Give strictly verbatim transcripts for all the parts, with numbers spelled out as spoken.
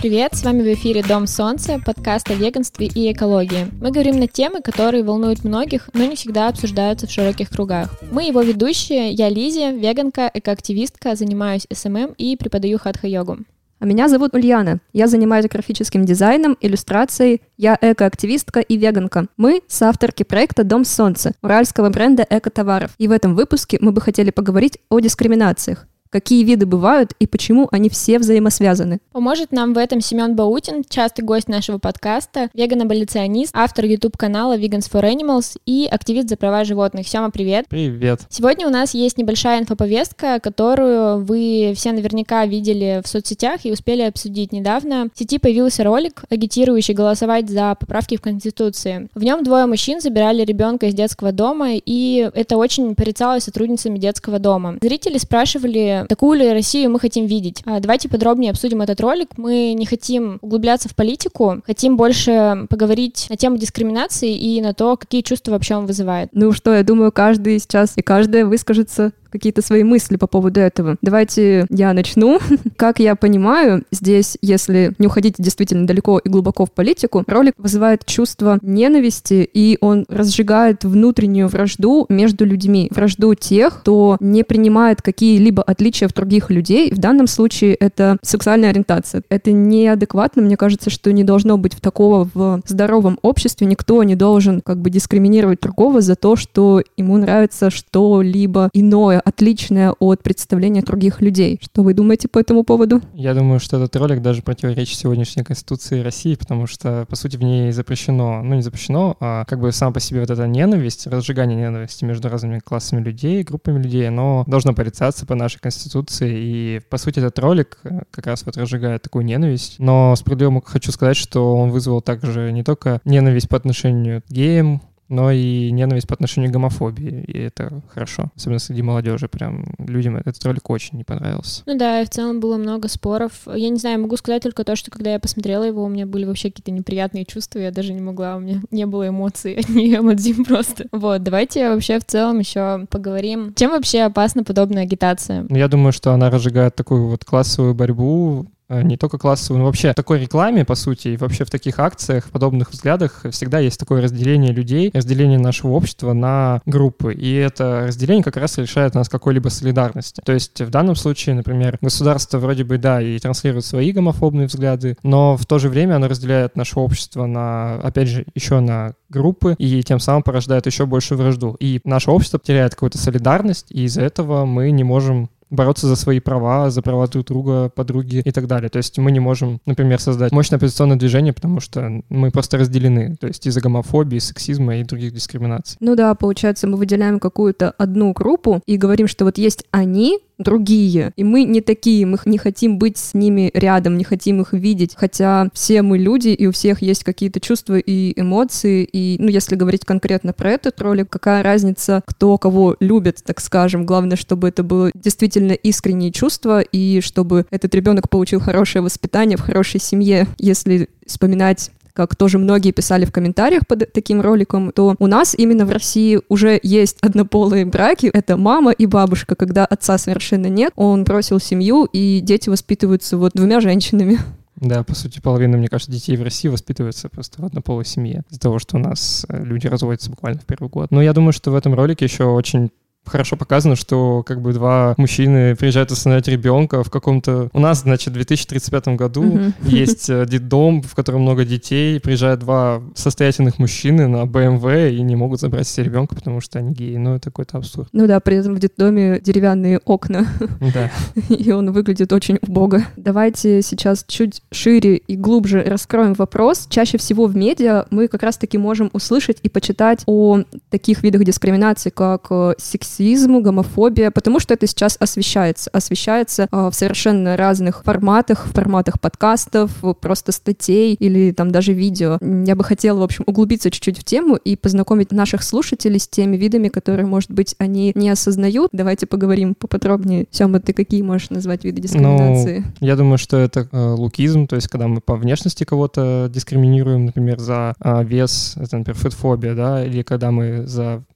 привет! С вами в эфире Дом Солнца, подкаст о веганстве и экологии. Мы говорим на темы, которые волнуют многих, но не всегда обсуждаются в широких кругах. Мы его ведущие, я Лизия, веганка, экоактивистка, занимаюсь эс эм эм и преподаю хатха-йогу. А меня зовут Ульяна. Я занимаюсь графическим дизайном, иллюстрацией. Я экоактивистка и веганка. Мы соавторки проекта «Дом Солнца», уральского бренда экотоваров. И в этом выпуске мы бы хотели поговорить о дискриминациях. Какие виды бывают и почему они все взаимосвязаны. Поможет нам в этом Семен Баутин, частый гость нашего подкаста, веган-аболиционист, автор YouTube-канала Vegans for Animals и активист за права животных. Сема, привет! Привет! Сегодня у нас есть небольшая инфоповестка, которую вы все наверняка видели в соцсетях и успели обсудить недавно. В сети появился ролик, агитирующий голосовать за поправки в Конституции. В нем двое мужчин забирали ребенка из детского дома, и это очень порицалось сотрудницами детского дома. Зрители спрашивали, такую ли Россию мы хотим видеть. Давайте подробнее обсудим этот ролик. Мы не хотим углубляться в политику, хотим больше поговорить на тему дискриминации и на то, какие чувства вообще он вызывает. Ну что, я думаю, каждый сейчас и каждая выскажется какие-то свои мысли по поводу этого. Давайте я начну. Как я понимаю, здесь, если не уходить действительно далеко и глубоко в политику, ролик вызывает чувство ненависти, и он разжигает внутреннюю вражду между людьми. Вражду тех, кто не принимает какие-либо отличия в других людей. В данном случае это сексуальная ориентация. Это неадекватно. Мне кажется, что не должно быть такого в здоровом обществе. Никто не должен как бы дискриминировать другого за то, что ему нравится что-либо иное, отличное от представления других людей. Что вы думаете по этому поводу? Я думаю, что этот ролик даже противоречит сегодняшней Конституции России, потому что, по сути, в ней запрещено, ну не запрещено, а как бы сама по себе вот эта ненависть, разжигание ненависти между разными классами людей, группами людей, оно должно порицаться по нашей Конституции, и, по сути, этот ролик как раз вот разжигает такую ненависть. Но справедливо хочу сказать, что он вызвал также не только ненависть по отношению к геям, но и ненависть по отношению к гомофобии, и это хорошо. Особенно среди молодежи, прям людям этот ролик очень не понравился. Ну да, и в целом было много споров. Я не знаю, могу сказать только то, что когда я посмотрела его, у меня были вообще какие-то неприятные чувства, я даже не могла, у меня не было эмоций от нее, эмодзи просто. Вот, давайте вообще в целом еще поговорим, чем вообще опасна подобная агитация. Я думаю, что она разжигает такую вот классовую борьбу, не только классовую, но вообще в такой рекламе, по сути, и вообще в таких акциях, в подобных взглядах всегда есть такое разделение людей, разделение нашего общества на группы. И это разделение как раз лишает нас какой-либо солидарности. То есть в данном случае, например, государство вроде бы, да, и транслирует свои гомофобные взгляды, но в то же время оно разделяет наше общество на, опять же, еще на группы, и тем самым порождает еще большую вражду. И наше общество теряет какую-то солидарность, и из-за этого мы не можем бороться за свои права, за права друг друга, подруги и так далее. То есть мы не можем, например, создать мощное оппозиционное движение, потому что мы просто разделены, то есть из-за гомофобии, сексизма и других дискриминаций. Ну да, получается, мы выделяем какую-то одну группу и говорим, что вот есть они, другие, и мы не такие, мы не хотим быть с ними рядом, не хотим их видеть, хотя все мы люди, и у всех есть какие-то чувства и эмоции, и, ну, если говорить конкретно про этот ролик, какая разница, кто кого любит, так скажем, главное, чтобы это было действительно искренние чувства, и чтобы этот ребенок получил хорошее воспитание в хорошей семье. Если вспоминать, как тоже многие писали в комментариях под таким роликом, то у нас именно в России уже есть однополые браки. Это мама и бабушка, когда отца совершенно нет. Он бросил семью, и дети воспитываются вот двумя женщинами. Да, по сути, половина, мне кажется, детей в России воспитывается просто в однополой семье из-за того, что у нас люди разводятся буквально в первый год. Но я думаю, что в этом ролике еще очень хорошо показано, что как бы два мужчины приезжают усыновлять ребенка в каком-то... У нас, значит, в две тысячи тридцать пятом году mm-hmm. есть детдом, в котором много детей. Приезжают два состоятельных мужчины на бэ эм вэ и не могут забрать себе ребенка, потому что они геи. Ну, это какой-то абсурд. Ну да, при этом в детдоме деревянные окна. Да. И он выглядит очень убого. Давайте сейчас чуть шире и глубже раскроем вопрос. Чаще всего в медиа мы как раз-таки можем услышать и почитать о таких видах дискриминации, как сексизм, сексизм, гомофобия, потому что это сейчас освещается. Освещается э, в совершенно разных форматах, в форматах подкастов, просто статей или там даже видео. Я бы хотела, в общем, углубиться чуть-чуть в тему и познакомить наших слушателей с теми видами, которые, может быть, они не осознают. Давайте поговорим поподробнее. Сёма, ты какие можешь назвать виды дискриминации? Ну, я думаю, что это э, лукизм, то есть когда мы по внешности кого-то дискриминируем, например, за э, вес, это, например, фэтфобия, да, или когда мы за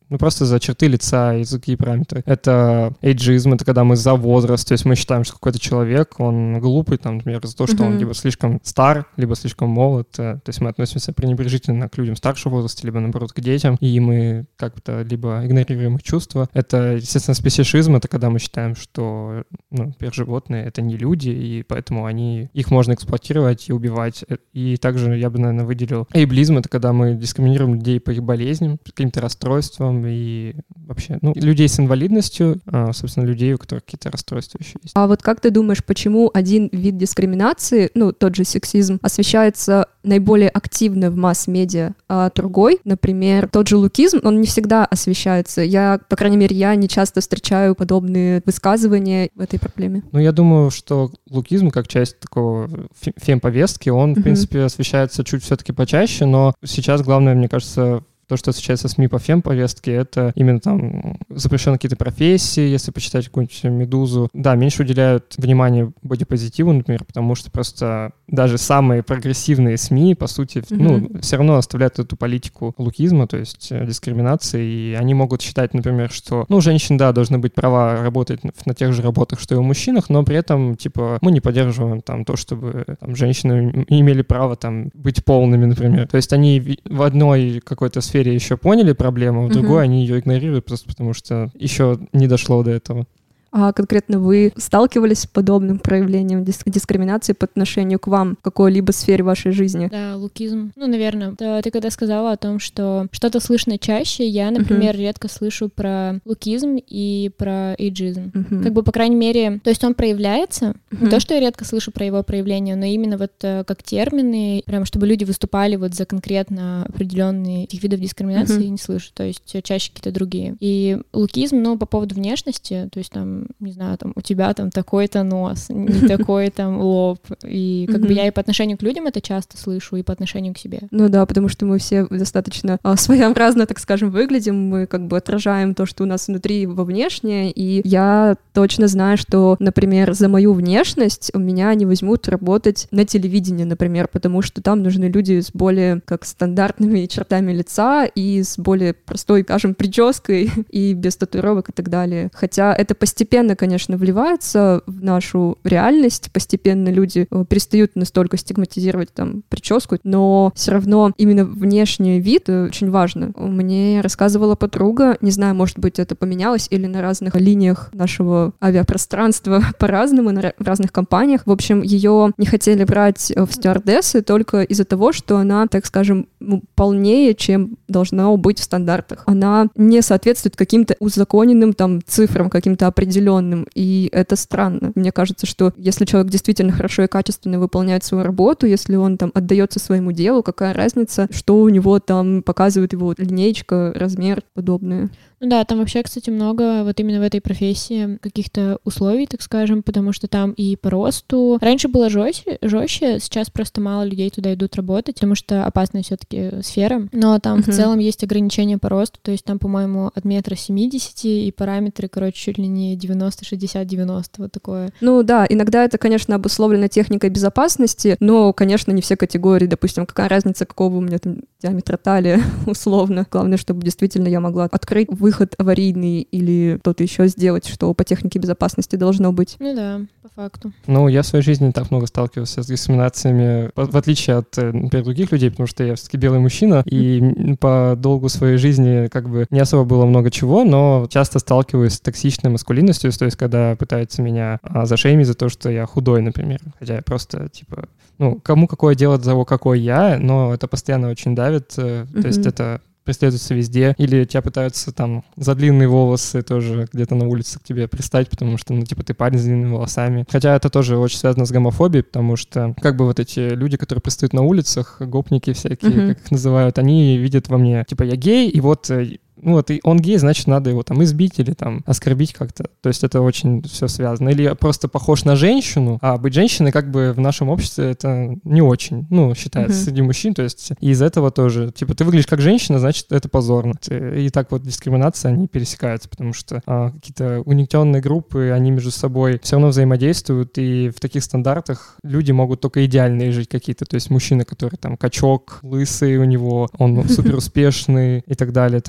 ну, просто за черты лица и за какие параметры. Это эйджизм, это когда мы за возраст, то есть мы считаем, что какой-то человек, он глупый, там, например, за то, что mm-hmm. он либо слишком стар, либо слишком молод, то есть мы относимся пренебрежительно к людям старшего возраста, либо, наоборот, к детям, и мы как-то либо игнорируем их чувства. Это, естественно, спесишизм, это когда мы считаем, что, ну, например, животные — это не люди, и поэтому они, их можно эксплуатировать и убивать. И также я бы, наверное, выделил эйблизм, это когда мы дискриминируем людей по их болезням, по каким-то расстройствам и вообще, ну, людей с инвалидностью, а, собственно, людей, у которых какие-то расстройства еще есть. А вот как ты думаешь, почему один вид дискриминации, ну, тот же сексизм, освещается наиболее активно в масс-медиа, а другой, например, тот же лукизм, он не всегда освещается. Я, по крайней мере, я не часто встречаю подобные высказывания в этой проблеме. Ну, я думаю, что лукизм, как часть такого фем-повестки, он, в mm-hmm. принципе, освещается чуть все-таки почаще, но сейчас главное, мне кажется, то, что встречается СМИ по фем-повестке, это именно там запрещены какие-то профессии, если почитать какую-нибудь «Медузу». Да, меньше уделяют внимания бодипозитиву, например, потому что просто даже самые прогрессивные СМИ, по сути, mm-hmm. ну, все равно оставляют эту политику лукизма, то есть дискриминации, и они могут считать, например, что, ну, у женщин, да, должны быть права работать на тех же работах, что и у мужчинах, но при этом, типа, мы не поддерживаем там то, чтобы там женщины имели право там быть полными, например. То есть они в одной какой-то сфере еще поняли проблему, в другой mm-hmm. они ее игнорируют просто потому, что еще не дошло до этого. А конкретно вы сталкивались с подобным проявлением дис- дискриминации по отношению к вам в какой-либо сфере вашей жизни? Да, лукизм. Ну, наверное. Да, ты когда сказала о том, что что-то слышно чаще, я, например, uh-huh. редко слышу про лукизм и про эйджизм. Uh-huh. Как бы, по крайней мере, то есть он проявляется. Uh-huh. Не то, что я редко слышу про его проявление, но именно вот как термины, прям чтобы люди выступали вот за конкретно определенные этих видов дискриминации, uh-huh. не слышу. То есть чаще какие-то другие. И лукизм, ну, по поводу внешности, то есть там не знаю, там, у тебя там такой-то нос, не такой там лоб. И как бы я и по отношению к людям это часто слышу, и по отношению к себе. Ну да, потому что мы все достаточно а, своеобразно, так скажем, выглядим, мы как бы отражаем то, что у нас внутри во внешнее, и я точно знаю, что, например, за мою внешность у меня не возьмут работать на телевидении, например, потому что там нужны люди с более, как, стандартными чертами лица и с более простой, скажем, прической и без татуировок и так далее. Хотя это постепенно Постепенно, конечно, вливается в нашу реальность, постепенно люди перестают настолько стигматизировать там прическу, но все равно именно внешний вид очень важно. Мне рассказывала подруга, не знаю, может быть, это поменялось или на разных линиях нашего авиапространства по-разному, на в разных компаниях. В общем, ее не хотели брать в стюардессы только из-за того, что она, так скажем, полнее, чем должно быть в стандартах. Она не соответствует каким-то узаконенным там цифрам, каким-то определенным. И это странно. Мне кажется, что если человек действительно хорошо и качественно выполняет свою работу, если он там отдается своему делу, какая разница, что у него там показывает его линеечка, размер, подобное. Ну да, там вообще, кстати, много вот именно в этой профессии каких-то условий, так скажем, потому что там и по росту. Раньше было жестче, жестче, сейчас просто мало людей туда идут работать, потому что опасная все-таки сфера. Но там uh-huh. в целом есть ограничения по росту, то есть там, по-моему, от метра семидесяти и параметры, короче, чуть ли не девяносто, шестьдесят, девяносто, вот такое. Ну да, иногда это, конечно, обусловлено техникой безопасности, но, конечно, не все категории. Допустим, какая разница, какого у меня там диаметра талии, условно. Главное, чтобы действительно я могла открыть выход аварийный или что-то еще сделать, что по технике безопасности должно быть. Ну да, по факту. Ну, я в своей жизни не так много сталкивался с дискриминациями, в отличие от, например, других людей, потому что я все-таки белый мужчина, и по долгу своей жизни как бы не особо было много чего, но часто сталкиваюсь с токсичной маскулинностью, то есть когда пытаются меня а, зашеймить за то, что я худой, например, хотя я просто, типа, ну, кому какое дело за того, какой я, но это постоянно очень давит, mm-hmm. то есть это преследуются везде, или тебя пытаются там за длинные волосы тоже где-то на улице к тебе пристать, потому что, ну, типа, ты парень с длинными волосами. Хотя это тоже очень связано с гомофобией, потому что, как бы, вот эти люди, которые пристают на улицах, гопники всякие, mm-hmm. как их называют, они видят во мне, типа, я гей, и вот... ну вот и он гей, значит, надо его там избить или там оскорбить как-то. То есть это очень все связано. Или просто похож на женщину, а быть женщиной как бы в нашем обществе это не очень, ну, считается uh-huh. среди мужчин. То есть и из этого тоже, типа, ты выглядишь как женщина, значит, это позорно. И так вот дискриминация, они пересекаются, потому что а, какие-то угнетенные группы, они между собой все равно взаимодействуют, и в таких стандартах люди могут только идеальные жить какие-то. То есть мужчина, который там качок, лысый у него, он супер успешный и так далее, там сходит с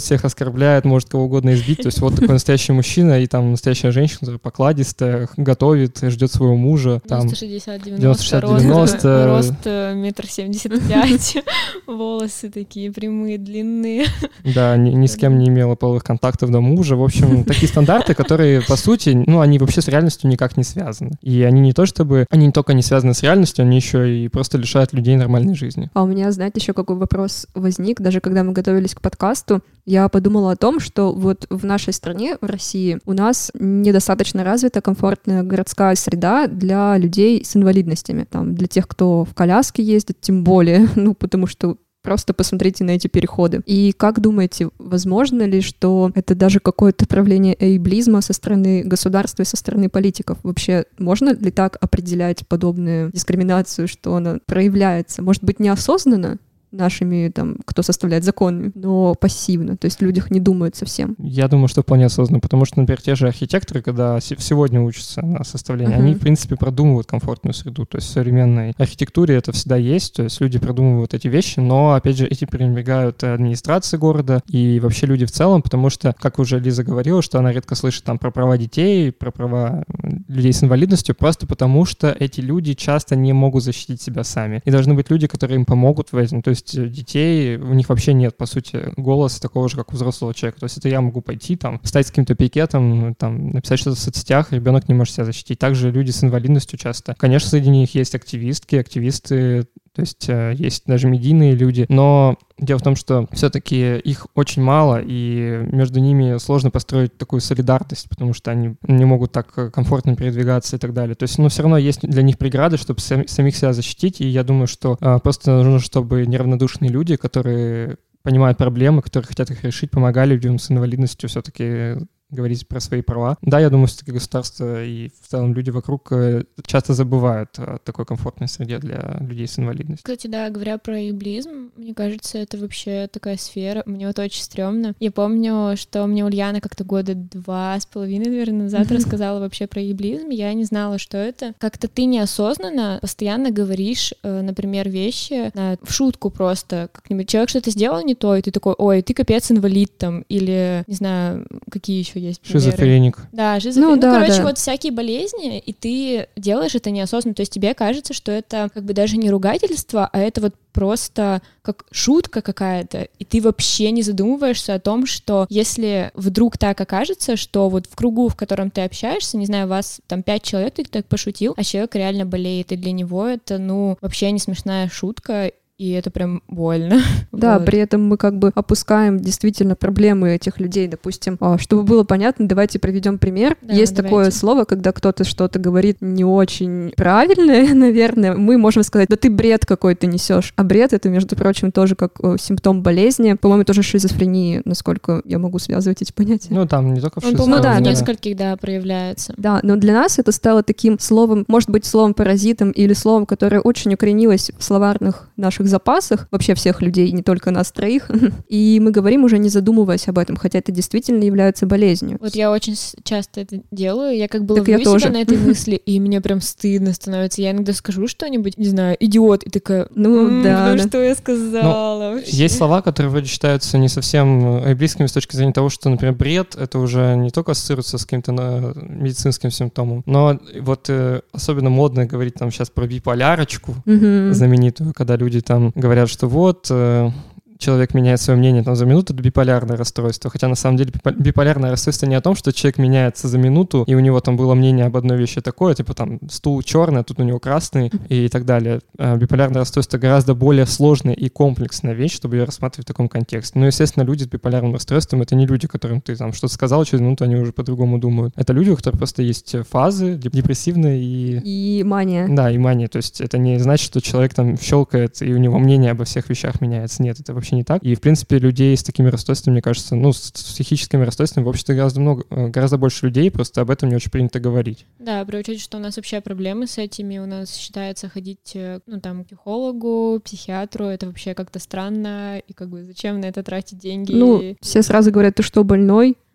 всех оскорбляет, может кого угодно избить. То есть вот такой настоящий мужчина и там настоящая женщина, которая покладистая, готовит, ждет своего мужа. девяносто шестьдесят девяносто, рост, рост метр семьдесят пять, волосы такие прямые, длинные. Да, ни, ни с кем не имела половых контактов до мужа. В общем, такие стандарты, которые, по сути, ну, они вообще с реальностью никак не связаны. И они не то чтобы, они не только не связаны с реальностью, они еще и просто лишают людей нормальной жизни. А у меня, знаете, еще какой вопрос возник, даже когда мы готовились к подкасту, я подумала о том, что вот в нашей стране, в России, у нас недостаточно развита комфортная городская среда для людей с инвалидностями, там, для тех, кто в коляске ездит, тем более, ну, потому что просто посмотрите на эти переходы. И как думаете, возможно ли, что это даже какое-то проявление эйблизма со стороны государства и со стороны политиков? Вообще, можно ли так определять подобную дискриминацию, что она проявляется? Может быть, неосознанно нашими, там, кто составляет законы, но пассивно, то есть в людях не думают совсем. Я думаю, что вполне осознанно, потому что, например, те же архитекторы, когда сегодня учатся на составлении, uh-huh. они, в принципе, продумывают комфортную среду, то есть в современной архитектуре это всегда есть, то есть люди продумывают эти вещи, но, опять же, эти пренебрегают администрации города и вообще люди в целом, потому что, как уже Лиза говорила, что она редко слышит там про права детей, про права людей с инвалидностью, просто потому что эти люди часто не могут защитить себя сами. И должны быть люди, которые им помогут в этом, то есть детей, у них вообще нет, по сути, голоса такого же, как у взрослого человека. То есть это я могу пойти, там, встать с каким-то пикетом, там, написать что-то в соцсетях, ребенок не может себя защитить. Также люди с инвалидностью часто. Конечно, среди них есть активистки, активисты, то есть э, есть даже медийные люди, но дело в том, что все-таки их очень мало, и между ними сложно построить такую солидарность, потому что они не могут так комфортно передвигаться и так далее. То есть, ну, все равно есть для них преграды, чтобы сам, самих себя защитить, и я думаю, что э, просто нужно, чтобы неравнодушные люди, которые понимают проблемы, которые хотят их решить, помогали людям с инвалидностью все-таки говорить про свои права. Да, я думаю, все-таки государство и в целом люди вокруг часто забывают о такой комфортной среде для людей с инвалидностью. Кстати, да, говоря про эйблизм, мне кажется, это вообще такая сфера, мне вот очень стрёмно. Я помню, что мне Ульяна как-то года два с половиной, наверное, назад рассказала вообще про эйблизм, я не знала, что это. Как-то ты неосознанно постоянно говоришь, например, вещи в шутку просто. Как-нибудь человек что-то сделал не то, и ты такой, ой, ты капец инвалид там, или, не знаю, какие еще есть примеры. Шизофреник. Да, шизофреник. Ну, да, ну, короче, да. вот всякие болезни, и ты делаешь это неосознанно. То есть тебе кажется, что это как бы даже не ругательство, а это вот просто как шутка какая-то, и ты вообще не задумываешься о том, что если вдруг так окажется, что вот в кругу, в котором ты общаешься, не знаю, у вас там пять человек, ты так пошутил, а человек реально болеет, и для него это, ну, вообще не смешная шутка, и это прям больно. Да, вот. При этом мы как бы опускаем действительно проблемы этих людей, допустим. Чтобы было понятно, давайте приведем пример. Да, Есть давайте. такое слово, когда кто-то что-то говорит не очень правильное, наверное, мы можем сказать, да ты бред какой-то несешь. А бред — это, между прочим, тоже как симптом болезни. По-моему, тоже шизофрении, насколько я могу связывать эти понятия. Ну, там не только в Он, шизофрении. по-моему, Ну, да, в да. нескольких, да, проявляется. Да, но для нас это стало таким словом, может быть, словом-паразитом или словом, которое очень укоренилось в словарных наших запасах, вообще всех людей, не только нас троих, и мы говорим уже не задумываясь об этом, хотя это действительно является болезнью. Вот я очень с- часто это делаю, я как бы Так ловлю я себя тоже. на этой мысли, и мне прям стыдно становится. Я иногда скажу что-нибудь, не знаю, идиот, и такая, Ну, «М, да, ну да. что я сказала вообще?» Есть слова, которые вроде считаются не совсем близкими с точки зрения того, что, например, бред, это уже не только ассоциируется с каким-то на, медицинским симптомом, но вот э, особенно модно говорить там сейчас про биполярочку Мгм. знаменитую, когда люди там говорят, что вот э, человек меняет свое мнение там, за минуту, это биполярное расстройство. Хотя на самом деле бипо- биполярное расстройство не о том, что человек меняется за минуту, и у него там было мнение об одной вещи такое, типа там стул черный, а тут у него красный и так далее. А биполярное расстройство гораздо более сложная и комплексная вещь, чтобы ее рассматривать в таком контексте. Ну, естественно, люди с биполярным расстройством — это не люди, которым ты там что-то сказал, через минуту они уже по-другому думают. Это люди, у которых просто есть фазы деп- депрессивные и... И мания. Да, и мания. То есть это не значит, что человек там щелкает, и у него мнение обо всех вещах меняется. Нет, это вообще не так. И, в принципе, людей с такими расстройствами, мне кажется, ну, с, с психическими расстройствами в обществе гораздо много, гораздо больше людей, просто об этом не очень принято говорить. Да, при учете, что у нас вообще проблемы с этими, у нас считается ходить, э, ну, там, к психологу, психиатру, это вообще как-то странно, и как бы зачем на это тратить деньги? Ну, все сразу говорят, ты что, больной?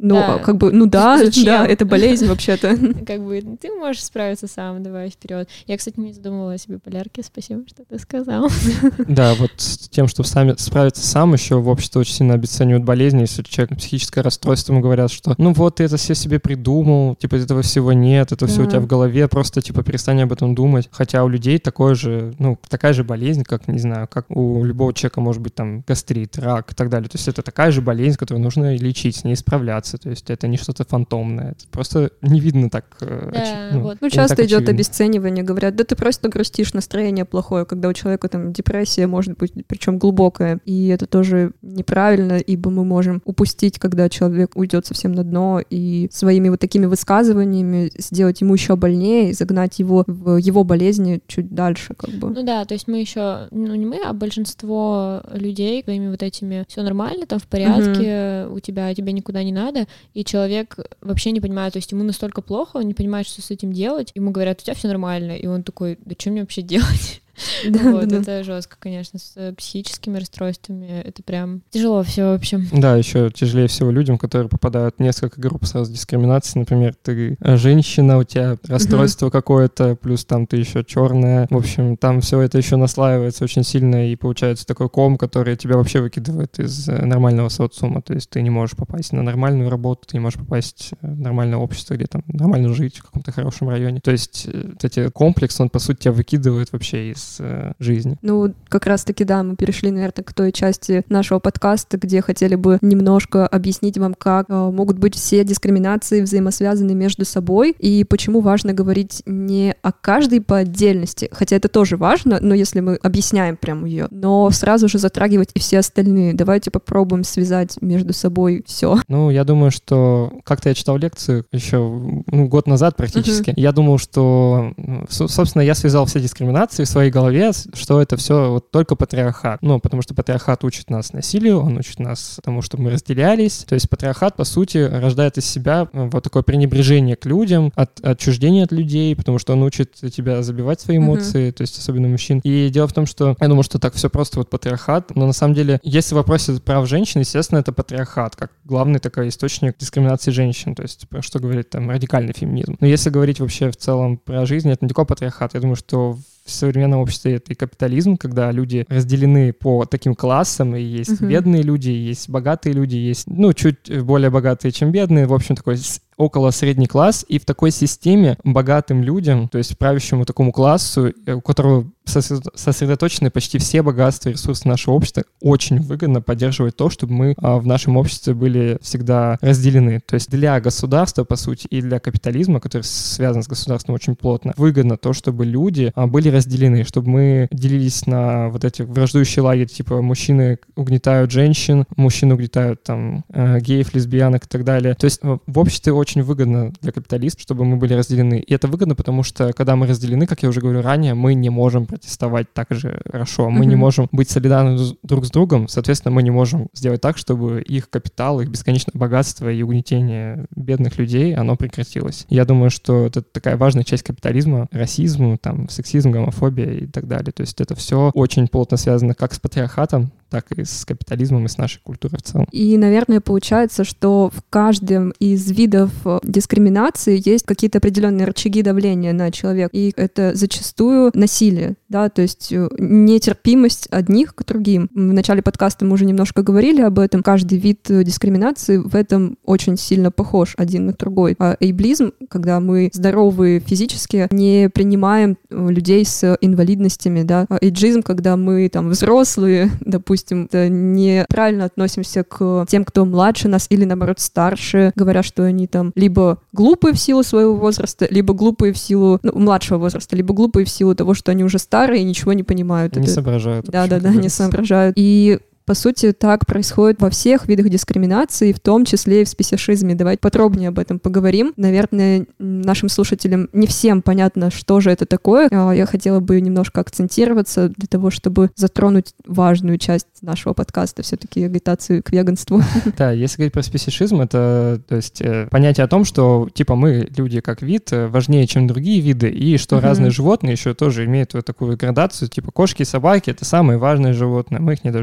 Ну, Да. как бы, ну да, Зачем? да, это болезнь вообще-то. Как бы ты можешь справиться сам, давай вперед. Я, кстати, не задумывала о себе полярке, спасибо, что ты сказал. Да, вот с тем, что сами справиться сам, еще в обществе очень сильно обесценивают болезни. Если у человека психическое расстройство, ему говорят, что ну вот ты это все себе придумал, типа этого всего нет, это все у тебя в голове, просто типа перестань об этом думать. Хотя у людей такое же, ну, такая же болезнь, как, не знаю, как у любого человека может быть там гастрит, рак и так далее. То есть это такая же болезнь, которую нужно лечить, с ней справляться. То есть это не что-то фантомное. Это просто не видно так. Да, очи- ну, вот. Ну, не часто так идет очевидно. обесценивание, говорят, да ты просто грустишь, настроение плохое, когда у человека там депрессия может быть, причем глубокая, и это тоже неправильно, ибо мы можем упустить, когда человек уйдет совсем на дно, и своими вот такими высказываниями сделать ему еще больнее, и загнать его в его болезни чуть дальше, как бы. Ну да, то есть мы еще, ну не мы, а большинство людей своими вот этими все нормально, там в порядке, у тебя, тебе никуда не надо, и человек вообще не понимает, то есть ему настолько плохо, он не понимает, что с этим делать, ему говорят, у тебя все нормально, и он такой, да что мне вообще делать? Да, Вот, да, да. это жестко, конечно, с психическими расстройствами, это прям тяжело все, в общем. Да, еще тяжелее всего людям, которые попадают в несколько групп сразу дискриминации. Например, ты женщина, у тебя расстройство какое-то, плюс там ты еще черная. В общем, там все это еще наслаивается очень сильно, и получается такой ком, который тебя вообще выкидывает из э, нормального социума. То есть ты не можешь попасть на нормальную работу, ты не можешь попасть в нормальное общество, где там нормально жить в каком-то хорошем районе. То есть э, вот эти комплекс, он, по сути, тебя выкидывает вообще из э, жизни. Ну, как раз-таки, да, мы перешли, наверное, к той части нашего подкаста, где хотели бы немножко объяснить вам, как э, могут быть все дискриминации взаимосвязаны между собой, и почему важно говорить не о каждой по отдельности, хотя это тоже важно, но если мы объясняем прям ее, но сразу же затрагивать и все остальные. Давайте попробуем связать между собой все. Ну, я думаю, что как-то я читал лекцию еще ну, год назад практически. Мгм. Я думал, что, ну, со- собственно, я связал все дискриминации в своей голове, с- что это все вот только патриархат. Ну, потому что патриархат учит нас насилию, он учит нас тому, чтобы мы разделялись. То есть патриархат, по сути, рождает из себя э, вот такое пренебрежение к людям, от, отчуждение от людей, потому что он учит тебя забивать свои Мгм. эмоции, то есть особенно мужчин. И дело в том, что я думал, что так все просто вот патриархат, но на самом деле, если в вопросе прав женщин, естественно, это патриархат, как главный такой источник дискриминации женщин, то есть про что говорит там радикальный феминизм. Но если говорить вообще в целом про жизнь, это не только патриархат. Я думаю, что в современном обществе это и капитализм, когда люди разделены по таким классам, и есть Мгм. бедные люди, есть богатые люди, есть, ну, чуть более богатые, чем бедные, в общем, такой с- около средний класс, и в такой системе богатым людям, то есть правящему такому классу, э, у которого сосредо- сосредоточены почти все богатства и ресурсы нашего общества, очень выгодно поддерживать то, чтобы мы а, в нашем обществе были всегда разделены. То есть для государства, по сути, и для капитализма, который связан с государством очень плотно, выгодно то, чтобы люди а, были разделены, чтобы мы делились на вот эти враждующие лагеря, типа мужчины угнетают женщин, мужчины угнетают там э, геев, лесбиянок и так далее. То есть э, в обществе очень выгодно для капиталистов, чтобы мы были разделены. И это выгодно, потому что когда мы разделены, как я уже говорил ранее, мы не можем протестовать так же хорошо, мы не Мгм. можем быть солидарны с- друг с другом, соответственно, мы не можем сделать так, чтобы их капитал, их бесконечное богатство и угнетение бедных людей, оно прекратилось. Я думаю, что это такая важная часть капитализма, расизм, там, сексизм, гомофобия и так далее. То есть это все очень плотно связано как с патриархатом, так и с капитализмом и с нашей культурой в целом. И, наверное, получается, что в каждом из видов э, дискриминации есть какие-то определенные рычаги давления на человека, и это зачастую насилие, да, то есть э, нетерпимость одних к другим. В начале подкаста мы уже немножко говорили об этом. Каждый вид э, дискриминации в этом очень сильно похож один на другой. А эйблизм, когда мы здоровые физически, не принимаем э, людей с инвалидностями, да. А эйджизм, когда мы там взрослые, допустим, да, неправильно относимся к тем, кто младше нас или, наоборот, старше, говоря, что они там либо глупые в силу своего возраста, либо глупые в силу, ну, младшего возраста, либо глупые в силу того, что они уже старые и ничего не понимают. Не Это- соображают. Да-да-да, не соображают. И по сути, так происходит во всех видах дискриминации, в том числе и в спесишизме. Давайте подробнее об этом поговорим. Наверное, м, нашим слушателям не всем понятно, что же это такое. А, Я хотела бы немножко акцентироваться для того, чтобы затронуть важную часть нашего подкаста, все-таки агитацию к веганству. Да, если говорить про спесишизм, это то есть, э, понятие о том, что типа мы, люди как вид, э, важнее, чем другие виды, и что Мгм. разные животные еще тоже имеют вот такую градацию, типа кошки и собаки — это самые важные животные, мы их не должны убивать.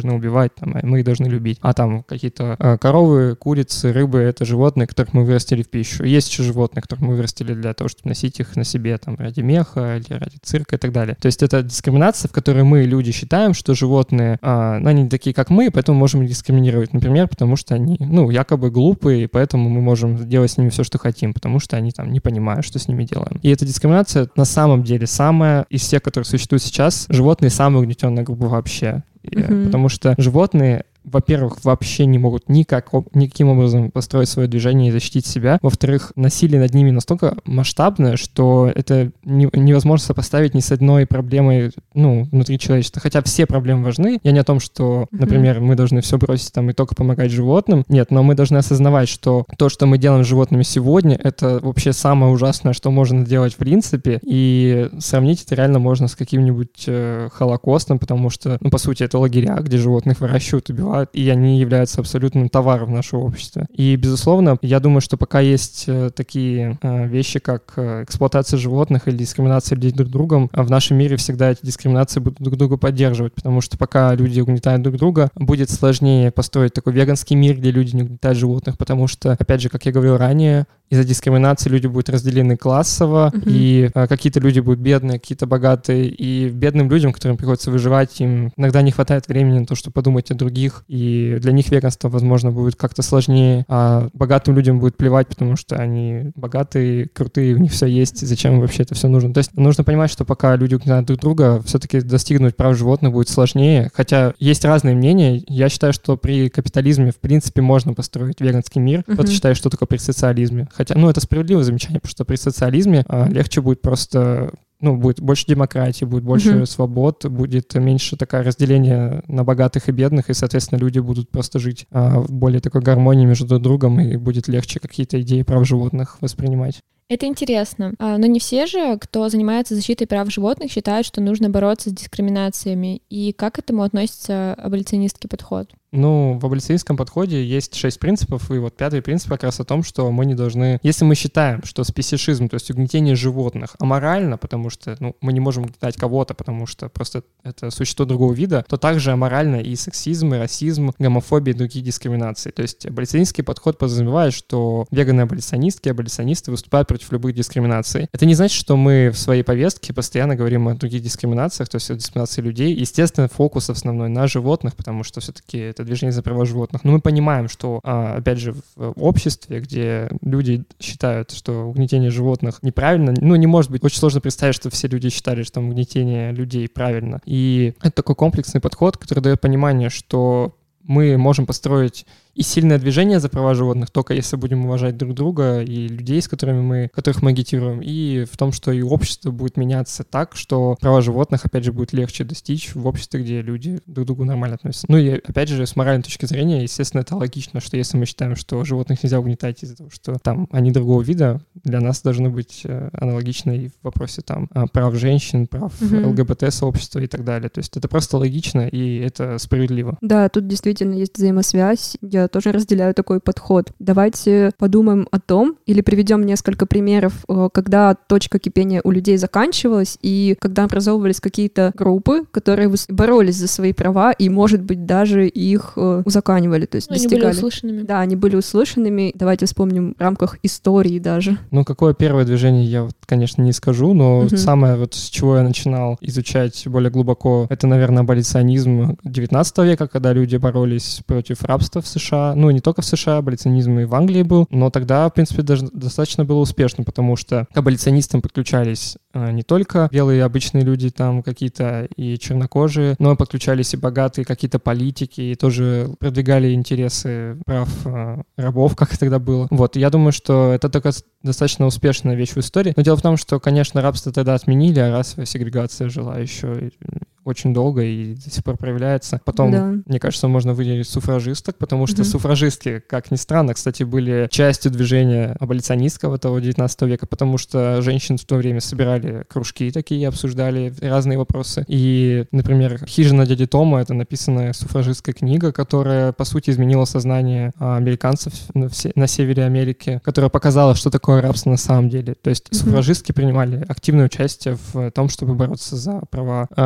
убивать, там, мы их должны любить. А там какие-то э, коровы, курицы, рыбы — это животные, которых мы вырастили в пищу. Есть еще животные, которых мы вырастили для того, чтобы носить их на себе там, ради меха или ради цирка и так далее. То есть это дискриминация, в которой мы, люди, считаем, что животные, э, ну, они такие, как мы, поэтому можем их дискриминировать. Например, потому что они, ну, якобы глупые, и поэтому мы можем делать с ними все, что хотим, потому что они там не понимают, что с ними делаем. И эта дискриминация на самом деле самая из всех, которые существуют сейчас, животные самая угнетенная группа вообще. Mm-hmm. Потому что животные, во-первых, вообще не могут никак, никаким образом построить свое движение и защитить себя. Во-вторых, насилие над ними настолько масштабное, что это не, невозможно сопоставить ни с одной проблемой, ну, внутри человечества. Хотя все проблемы важны. Я не о том, что, например, mm-hmm. мы должны все бросить там и только помогать животным. Нет, но мы должны осознавать, что то, что мы делаем с животными сегодня, это вообще самое ужасное, что можно делать в принципе. И сравнить это реально можно с каким-нибудь э, Холокостом, потому что, ну, по сути, это лагеря, где животных выращивают, убивают, и они являются абсолютным товаром в нашем обществе. И, безусловно, я думаю, что пока есть э, такие э, вещи, как э, эксплуатация животных или дискриминация людей друг другом, в нашем мире всегда эти дискриминации будут друг друга поддерживать, потому что пока люди угнетают друг друга, будет сложнее построить такой веганский мир, где люди не угнетают животных, потому что, опять же, как я говорил ранее, из-за дискриминации люди будут разделены классово, uh-huh. и э, какие-то люди будут бедные, какие-то богатые, и бедным людям, которым приходится выживать, им иногда не хватает времени на то, чтобы подумать о других, и для них веганство, возможно, будет как-то сложнее, а богатым людям будет плевать, потому что они богатые, крутые, у них все есть, зачем им вообще это все нужно. То есть нужно понимать, что пока люди угнетают друг друга, все-таки достигнуть прав животных будет сложнее, хотя есть разные мнения. Я считаю, что при капитализме, в принципе, можно построить веганский мир. Uh-huh. Кто-то считает, что только при социализме. Хотя, ну, это справедливое замечание, потому что при социализме а, легче будет просто... Ну, будет больше демократии, будет больше mm-hmm. свобод, будет меньше такое разделение на богатых и бедных, и, соответственно, люди будут просто жить а, в более такой гармонии между друг другом, и будет легче какие-то идеи прав животных воспринимать. Это интересно. Но не все же, кто занимается защитой прав животных, считают, что нужно бороться с дискриминациями. И как к этому относится аболиционистский подход? Ну, в аболиционистском подходе есть шесть принципов, и вот пятый принцип как раз о том, что мы не должны... Если мы считаем, что спесишизм, то есть угнетение животных, аморально, потому что ну, мы не можем угнетать кого-то, потому что просто это существо другого вида, то также аморально и сексизм, и расизм, гомофобия и другие дискриминации. То есть аболиционистский подход подразумевает, что веганы-аболиционистки, аболиционисты выступают против любых дискриминаций. Это не значит, что мы в своей повестке постоянно говорим о других дискриминациях, то есть о дискриминации людей. Естественно, фокус основной на животных, потому что все-таки это движение за права животных. Но мы понимаем, что, опять же, в обществе, где люди считают, что угнетение животных неправильно, ну, не может быть, очень сложно представить, что все люди считали, что угнетение людей правильно. И это такой комплексный подход, который дает понимание, что мы можем построить и сильное движение за права животных только если будем уважать друг друга и людей, с которыми мы, которых мы агитируем, и в том, что и общество будет меняться так, что права животных, опять же, будет легче достичь в обществе, где люди друг к другу нормально относятся. Ну и, опять же, с моральной точки зрения, естественно, это логично, что если мы считаем, что животных нельзя угнетать из-за того, что там они другого вида, для нас должно быть аналогично и в вопросе там прав женщин, прав mm-hmm. ЛГБТ-сообщества и так далее. То есть это просто логично, и это справедливо. Да, тут действительно есть взаимосвязь. Я тоже разделяю такой подход. Давайте подумаем о том, или приведем несколько примеров, когда точка кипения у людей заканчивалась, и когда образовывались какие-то группы, которые боролись за свои права, и, может быть, даже их узаконивали, то есть ну, достигали. Они были услышанными. Да, они были услышанными. Давайте вспомним в рамках истории даже. Ну, какое первое движение, я, вот, конечно, не скажу, но угу. самое, вот, с чего я начинал изучать более глубоко, это, наверное, аболиционизм девятнадцатого века, когда люди боролись против рабства в США. Ну, не только в США, аболиционизм и в Англии был, но тогда, в принципе, даже достаточно было успешно, потому что к аболиционистам подключались а, не только белые обычные люди, там какие-то и чернокожие, но подключались и богатые какие-то политики, и тоже продвигали интересы прав а, рабов, как тогда было. Вот, я думаю, что это только достаточно успешная вещь в истории. Но дело в том, что, конечно, рабство тогда отменили, а расовая сегрегация жила еще очень долго и до сих пор проявляется. Потом, да. мне кажется, можно выделить суфражисток, потому что mm-hmm. суфражистки, как ни странно, кстати, были частью движения аболиционистского того девятнадцатого века, потому что женщин в то время собирали кружки такие, обсуждали разные вопросы. И, например, «Хижина дяди Тома» — это написанная суфражистская книга, которая, по сути, изменила сознание американцев на севере Америки, которая показала, что такое рабство на самом деле. То есть mm-hmm. суфражистки принимали активное участие в том, чтобы бороться за права рабов.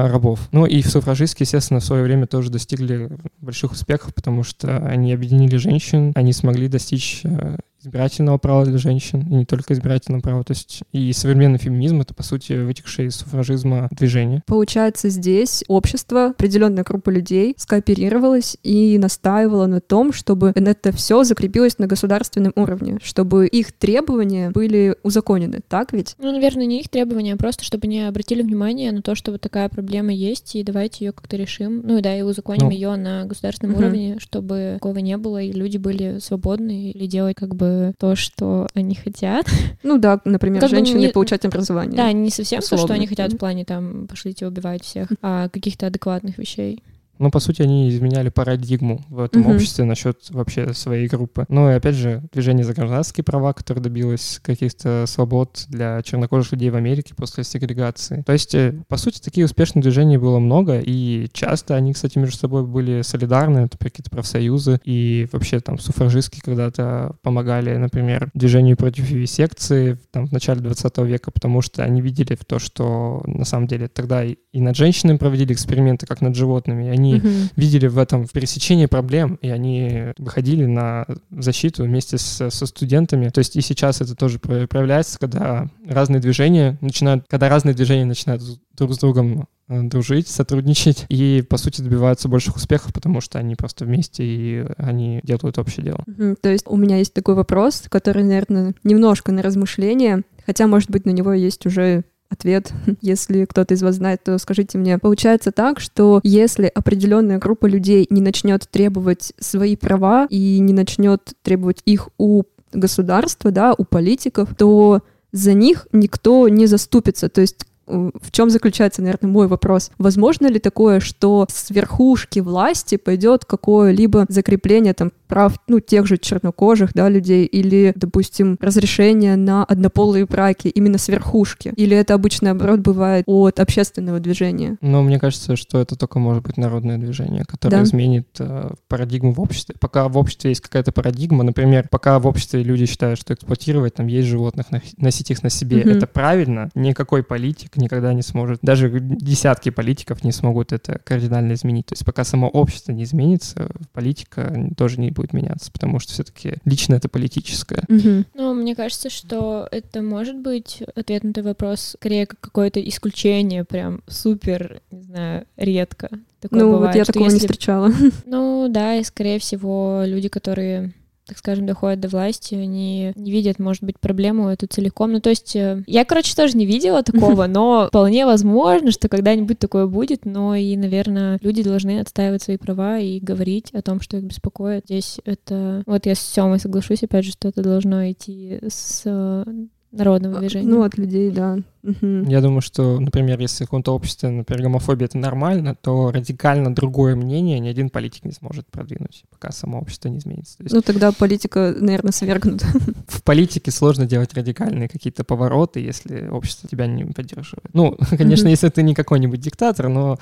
Ну и суфражистки, естественно, в свое время тоже достигли больших успехов, потому что они объединили женщин, они смогли достичь избирательного права для женщин, и не только избирательного права, то есть и современный феминизм — это, по сути, вытекшее из суфражизма движение. Получается, здесь общество, определенная группа людей скооперировалась и настаивала на том, чтобы это все закрепилось на государственном уровне, чтобы их требования были узаконены, так ведь? Ну, наверное, не их требования, а просто чтобы они обратили внимание на то, что вот такая проблема есть, и давайте ее как-то решим. Ну и да, и узаконим ну. ее на государственном угу. уровне, чтобы такого не было, и люди были свободны или делать как бы то, что они хотят. Ну да, например, как женщины не... получать образование. Да, не совсем условно. То, что они хотят в плане там пошлите убивать всех, а каких-то адекватных вещей. Ну, по сути, они изменяли парадигму в этом uh-huh. обществе насчет вообще своей группы. Ну и, опять же, движение за гражданские права, которое добилось каких-то свобод для чернокожих людей в Америке после сегрегации. То есть, по сути, таких успешных движений было много, и часто они, кстати, между собой были солидарны, это какие-то профсоюзы, и вообще там суфражистки когда-то помогали, например, движению против вивисекции там в начале двадцатого века, потому что они видели в то, что на самом деле тогда и над женщинами проводили эксперименты, как над животными, и они Они uh-huh. видели в этом пересечении проблем, и они выходили на защиту вместе с, со студентами. То есть и сейчас это тоже проявляется, когда разные движения начинают, когда разные движения начинают друг с другом дружить, сотрудничать и, по сути, добиваются больших успехов, потому что они просто вместе и они делают общее дело. Uh-huh. То есть у меня есть такой вопрос, который, наверное, немножко на размышление, хотя, может быть, на него есть уже ответ. Если кто-то из вас знает, то скажите мне. Получается так, что если определенная группа людей не начнет требовать свои права и не начнет требовать их у государства, да, у политиков, то за них никто не заступится. То есть в чем заключается, наверное, мой вопрос? Возможно ли такое, что с верхушки власти пойдет какое-либо закрепление там прав, ну, тех же чернокожих, да, людей, или, допустим, разрешение на однополые браки именно с верхушки? Или это обычно, наоборот, бывает от общественного движения? Ну, мне кажется, что это только может быть народное движение, которое да. изменит э, парадигму в обществе. Пока в обществе есть какая-то парадигма, например, пока в обществе люди считают, что эксплуатировать, там, есть животных, носить их на себе, mm-hmm. это правильно, никакой политик никогда не сможет, даже десятки политиков не смогут это кардинально изменить. То есть пока само общество не изменится, политика тоже не будет меняться, потому что все-таки лично это политическое. Mm-hmm. Ну, мне кажется, что это может быть ответ на твой вопрос скорее как какое-то исключение, прям супер, не знаю, редко. Такое ну, бывает, вот я такого если... не встречала. Ну, да, и скорее всего люди, которые... так скажем, доходят до власти, они не видят, может быть, проблему эту целиком. Ну, то есть, я, короче, тоже не видела такого, но вполне возможно, что когда-нибудь такое будет, но и, наверное, люди должны отстаивать свои права и говорить о том, что их беспокоит. Здесь это... Вот я с Сёмой соглашусь, опять же, что это должно идти с народного движения. Ну, от людей, да. Угу. Я думаю, что, например, если в каком-то обществе, например, гомофобия — это нормально, то радикально другое мнение ни один политик не сможет продвинуть, пока само общество не изменится. То есть... Ну, тогда политика, наверное, свергнута. В политике сложно делать радикальные какие-то повороты, если общество тебя не поддерживает. Ну, конечно, если ты не какой-нибудь диктатор, но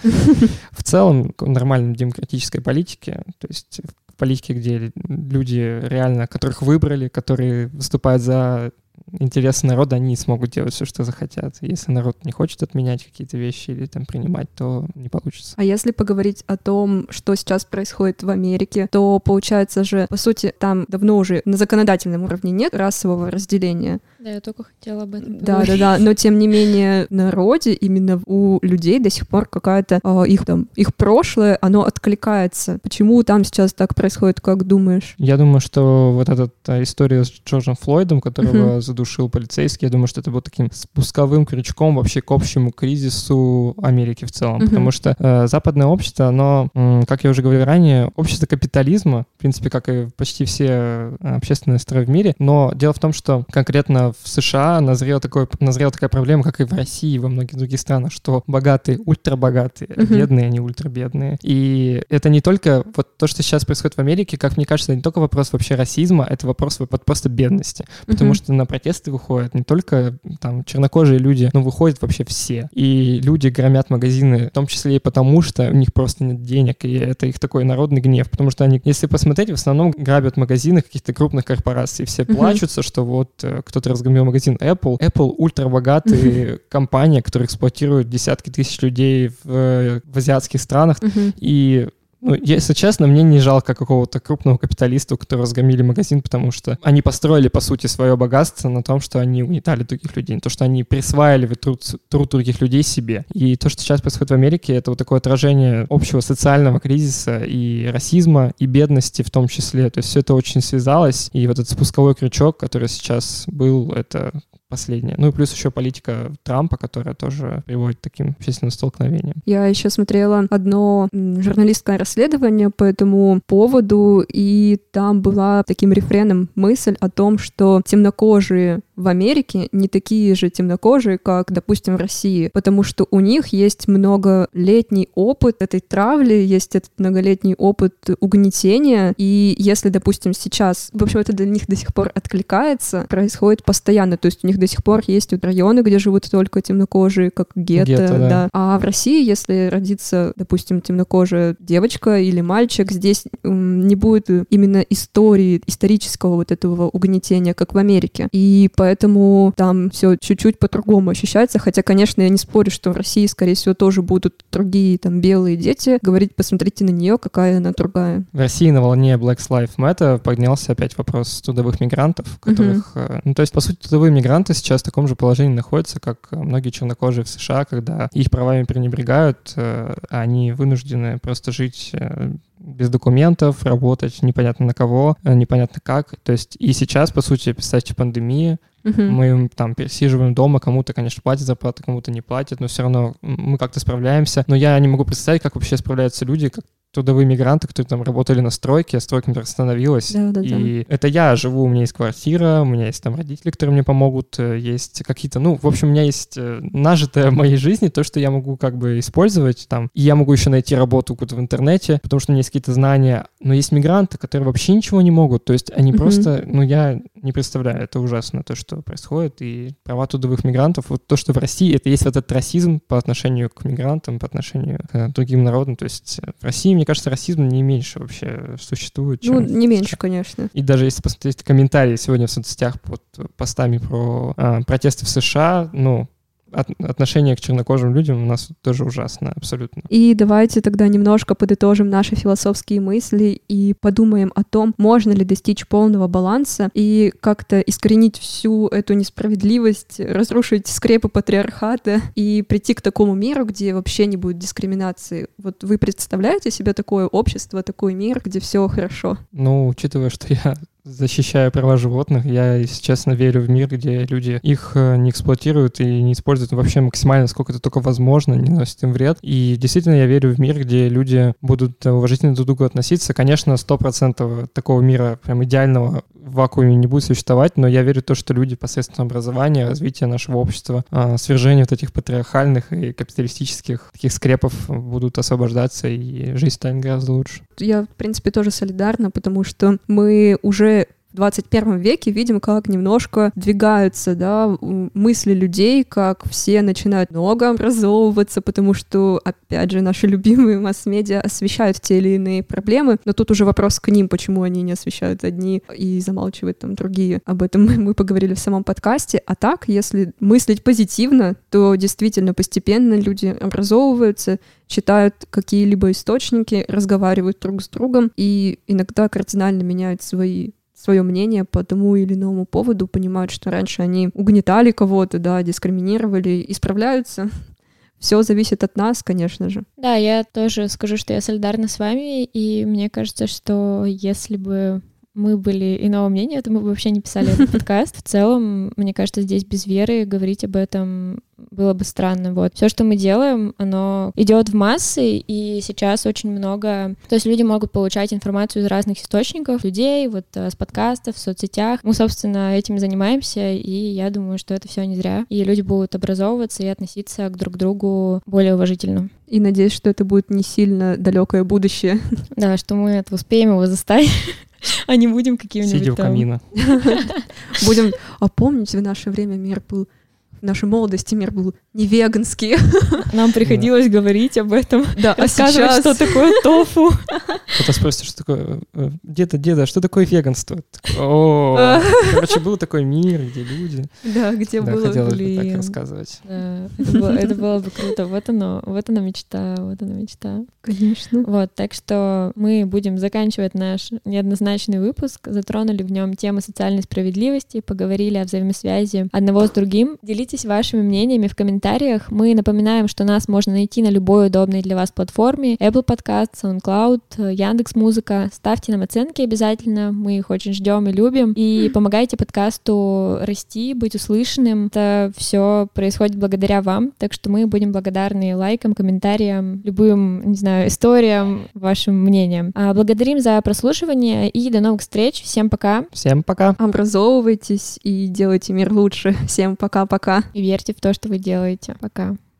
в целом в нормальной демократической политике, то есть в политике, где люди реально, которых выбрали, которые выступают за интересы народа, они смогут делать все, что захотят. Если народ не хочет отменять какие-то вещи или там принимать, то не получится. А если поговорить о том, что сейчас происходит в Америке, то получается же, по сути, там давно уже на законодательном уровне нет расового разделения. Да, я только хотела об этом поговорить. Да, да, да, но тем не менее в народе, именно у людей до сих пор какая-то э, их там, их прошлое, оно откликается. Почему там сейчас так происходит, как думаешь? Я думаю, что вот эта история с Джорджем Флойдом, которого uh-huh. задушил полицейский, я думаю, что это был таким спусковым крючком вообще к общему кризису Америки в целом, uh-huh. потому что э, западное общество, оно, м, как я уже говорил ранее, общество капитализма, в принципе, как и почти все общественные строи в мире, но дело в том, что конкретно в США назрела, такое, назрела такая проблема, как и в России, и во многих других странах, что богатые ультрабогатые, uh-huh. бедные, они ультрабедные. И это не только вот то, что сейчас происходит в Америке, как мне кажется, это не только вопрос вообще расизма, это вопрос просто бедности, потому uh-huh. что на протесты выходят не только там чернокожие люди, но выходят вообще все. И люди громят магазины, в том числе и потому, что у них просто нет денег, и это их такой народный гнев, потому что они, если посмотреть, в основном грабят магазины каких-то крупных корпораций, все uh-huh. плачутся, что вот кто-то разграбил разгромил магазин Apple. Apple ультрабогатая компания, которая эксплуатирует десятки тысяч людей в, в азиатских странах. И ну, если честно, мне не жалко какого-то крупного капиталиста, у которого разгромили магазин, потому что они построили, по сути, свое богатство на том, что они угнетали других людей, то, что они присваивали труд, труд других людей себе. И то, что сейчас происходит в Америке, это вот такое отражение общего социального кризиса и расизма, и бедности в том числе. То есть все это очень связалось, и вот этот спусковой крючок, который сейчас был, это последнее. Ну и плюс еще политика Трампа, которая тоже приводит к таким общественным столкновениям. Я еще смотрела одно журналистское расследование по этому поводу, и там была таким рефреном мысль о том, что темнокожие в Америке не такие же темнокожие, как, допустим, в России, потому что у них есть многолетний опыт этой травли, есть этот многолетний опыт угнетения, и если, допустим, сейчас, в общем, это для них до сих пор откликается, происходит постоянно, то есть у них до сих пор есть вот районы, где живут только темнокожие, как гетто, гетто да. да. А в России, если родится, допустим, темнокожая девочка или мальчик, здесь м, не будет именно истории, исторического вот этого угнетения, как в Америке. И поэтому там все чуть-чуть по-другому ощущается, хотя, конечно, я не спорю, что в России, скорее всего, тоже будут другие там белые дети говорить, посмотрите на нее, какая она другая. В России на волне Black Lives Matter поднялся опять вопрос трудовых мигрантов, которых... Uh-huh. Ну, то есть, по сути, трудовые мигранты сейчас в таком же положении находятся, как многие чернокожие в США, когда их правами пренебрегают, а они вынуждены просто жить без документов, работать непонятно на кого, непонятно как. То есть и сейчас, по сути, представьте пандемию, uh-huh. мы там пересиживаем дома, кому-то, конечно, платят зарплату, кому-то не платят, но все равно мы как-то справляемся. Но я не могу представить, как вообще справляются люди, как трудовые мигранты, которые там работали на стройке, а стройка, например, остановилась. Да, да, и да. это я живу, у меня есть квартира, у меня есть там родители, которые мне помогут, есть какие-то, ну, в общем, у меня есть нажитое в моей жизни то, что я могу как бы использовать там, и я могу еще найти работу куда-то в интернете, потому что у меня есть какие-то знания, но есть мигранты, которые вообще ничего не могут, то есть они mm-hmm. просто, ну, я не представляю, это ужасно, то, что происходит, и права трудовых мигрантов, вот то, что в России, это есть вот этот расизм по отношению к мигрантам, по отношению к другим народам, то есть в России, мне кажется, расизм не меньше вообще существует, чем... Ну, не меньше, конечно. И даже если посмотреть комментарии сегодня в соцсетях под постами про а, протесты в США, ну, От, отношение к чернокожим людям у нас тоже ужасно, абсолютно. И давайте тогда немножко подытожим наши философские мысли и подумаем о том, можно ли достичь полного баланса и как-то искоренить всю эту несправедливость, разрушить скрепы патриархата и прийти к такому миру, где вообще не будет дискриминации. Вот вы представляете себе такое общество, такой мир, где все хорошо? Ну, учитывая, что я защищаю права животных, я, если честно, верю в мир, где люди их не эксплуатируют и не используют вообще максимально, сколько это только возможно, не носят им вред. И действительно я верю в мир, где люди будут уважительно друг к другу относиться. Конечно, сто процентов такого мира, прям идеального, в вакууме не будет существовать, но я верю в то, что люди посредством образования, развития нашего общества, свержения вот этих патриархальных и капиталистических таких скрепов будут освобождаться, и жизнь станет гораздо лучше. Я, в принципе, тоже солидарна, потому что мы уже в двадцать первом веке видим, как немножко двигаются, да, мысли людей, как все начинают много образовываться, потому что, опять же, наши любимые масс-медиа освещают те или иные проблемы, но тут уже вопрос к ним, почему они не освещают одни и замалчивают там другие. Об этом мы поговорили в самом подкасте. А так, если мыслить позитивно, то действительно постепенно люди образовываются, читают какие-либо источники, разговаривают друг с другом и иногда кардинально меняют свои свое мнение по тому или иному поводу, понимают, что раньше они угнетали кого-то, да, дискриминировали, исправляются. Все зависит от нас, конечно же. Да, я тоже скажу, что я солидарна с вами, и мне кажется, что если бы мы были иного мнения, то мы бы вообще не писали этот подкаст. В целом, мне кажется, здесь без веры говорить об этом было бы странно. Вот. Все, что мы делаем, оно идет в массы, и сейчас очень много... То есть люди могут получать информацию из разных источников, людей, вот с подкастов, в соцсетях. Мы, собственно, этим занимаемся, и я думаю, что это все не зря. И люди будут образовываться и относиться к друг другу более уважительно. И надеюсь, что это будет не сильно далекое будущее. Да, что мы это успеем его заставить. А не будем какими-нибудь Сидя у там... камина. Будем... А помните, в наше время мир был в нашей молодости мир был не веганский. Нам приходилось говорить об этом, да, рассказывать, а что такое тофу. Кто-то спросит, что такое... Деда, деда, что такое веганство? О, короче, был такой мир, где люди... Да, где было, хотелось блин. бы так рассказывать. Да, это, было, это было бы круто. Вот оно, вот она мечта, вот она мечта. Конечно. Вот, так что мы будем заканчивать наш неоднозначный выпуск, затронули в нем тему социальной справедливости, поговорили о взаимосвязи одного с другим. Делитесь вашими мнениями в комментариях. Мы напоминаем, что нас можно найти на любой удобной для вас платформе: Apple Podcast, SoundCloud, Яндекс.Музыка. Ставьте нам оценки обязательно, мы их очень ждем и любим. И помогайте подкасту расти, быть услышанным. Это все происходит благодаря вам, так что мы будем благодарны лайкам, комментариям, любым, не знаю, историям, вашим мнениям. А благодарим за прослушивание и до новых встреч. Всем пока. Всем пока. Образовывайтесь и делайте мир лучше. Всем пока-пока. И верьте в то, что вы делаете. Пока.